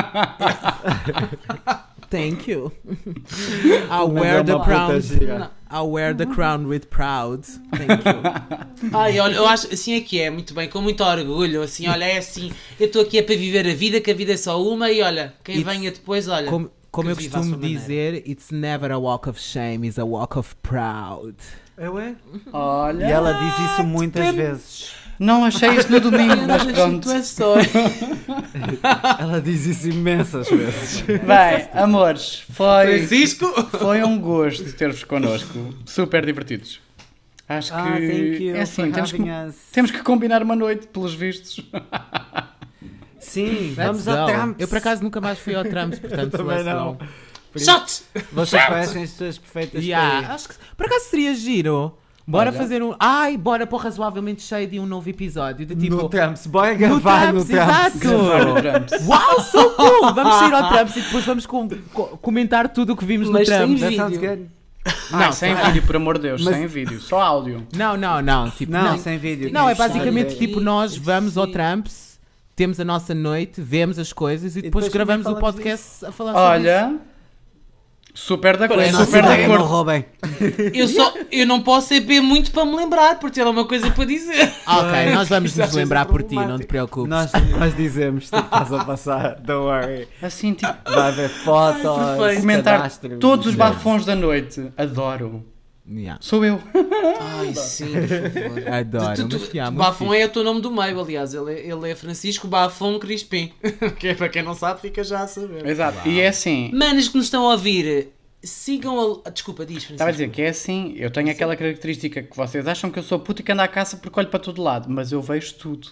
Thank you. I'll Mas wear é the uma puta crown. gira. I'll wear the crown with proud. Thank you. Ai, olha, eu acho assim é que é, muito bem, com muito orgulho, assim, olha, é assim, eu estou aqui é para viver a vida, que a vida é só uma e olha, quem It's- venha depois, olha. Como eu que viva à costumo sua maneira. dizer, it's never a walk of shame, it's a walk of proud. É? Olha. E ela diz isso muitas vezes. Não achei isto no domingo, mas pronto. Ela diz isso imensas vezes. Bem, amores, Francisco! foi um gosto ter-vos connosco. Super divertidos. Acho que Thank you é assim, for temos que, having us. temos que combinar uma noite, pelos vistos. Sim, Let's vamos ao go. Trumps. Eu por acaso nunca mais fui ao Trumps, portanto Também let's não. go. Shot! Vocês parecem as pessoas perfeitas Yeah, para ir. acho que por acaso seria giro. Bora Olha. fazer um. Bora pôr razoavelmente cheio de um novo episódio. De tipo. No Trumps, bora gravar no Trumps. exato! Gravar no Trumps. Uau, so cool! Vamos ir ao Trumps e depois vamos comentar tudo o que vimos Mas no sem Trumps. vídeo. That sounds good. Não, sem vídeo, por amor de Deus, Mas- sem vídeo, só áudio. Não. Tipo, Não, sem vídeo. Não, é Só basicamente vídeo. tipo nós vamos ao Sim. Trumps, temos a nossa noite, vemos as coisas e depois depois gravamos o falamos podcast a falar sobre isso. Olha, super de acordo, Parece Nossa super de ideia, não acordo. roubem. Eu não posso saber muito para me lembrar, porque ela é uma coisa para dizer. Ok, nós vamos nos Isso lembrar é por ti, não te problemático. preocupes. Nós dizemos que estás a passar, don't worry. Assim, tipo, Vai haver fotos, perfeito. comentar cadastros, todos os etc. bafões da noite. Adoro. Yeah. Sou eu. Ai, sim, por favor. Adoro, mas yeah, muito Bafon fixe. é o teu nome do meio, aliás. Ele é Francisco Bafon Crispim. Que é para quem não sabe, fica já a saber. Exato. E é assim, Manos que nos estão a ouvir, sigam a. Desculpa, diz Francisco. estava a dizer que é assim, eu tenho aquela característica que vocês acham que eu sou puto e que ando à caça porque olho para todo lado, mas eu vejo tudo.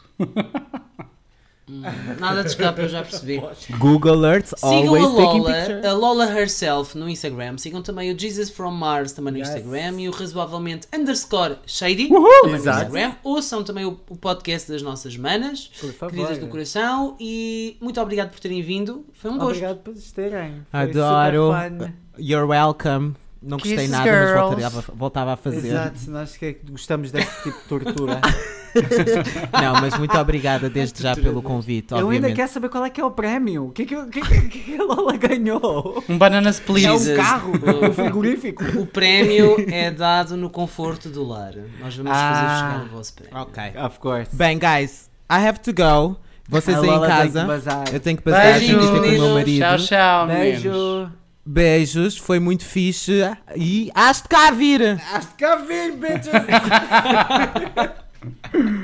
Nada de escapa, eu já percebi. Google Alerts, Sigam always a taking Lola, pictures. a Lola herself no Instagram. Sigam também o Jesus from Mars também no Yes. Instagram e o razoavelmente _shady também no Exato. Instagram. Ouçam também o podcast das nossas manas, Por favor. queridas do coração. E muito obrigado por terem vindo. Foi um gosto. Obrigado por terem. Foi Adoro. super fun. You're welcome. Não gostei Kisses, nada, mas girls. voltava a fazer. Exato, nós que gostamos deste tipo de tortura. Não, mas muito obrigada desde já pelo convite, Eu ainda obviamente. quero saber qual é que é o prémio. O que a Lola ganhou? Um banana split. É um Jesus. carro, um frigorífico. O prémio é dado no conforto do lar. Nós vamos fazer Ah. chegar o vosso prémio. Ok. Of course. Bem, guys, I have to go. Vocês A aí em Lola tem casa, que bazar. eu tenho que passar aqui Beijo. com o meu Meninos. marido. Tchau, tchau, meninos. Beijo. Beijos, foi muito fixe e hás de cá vir! Hás de cá vir, bitches.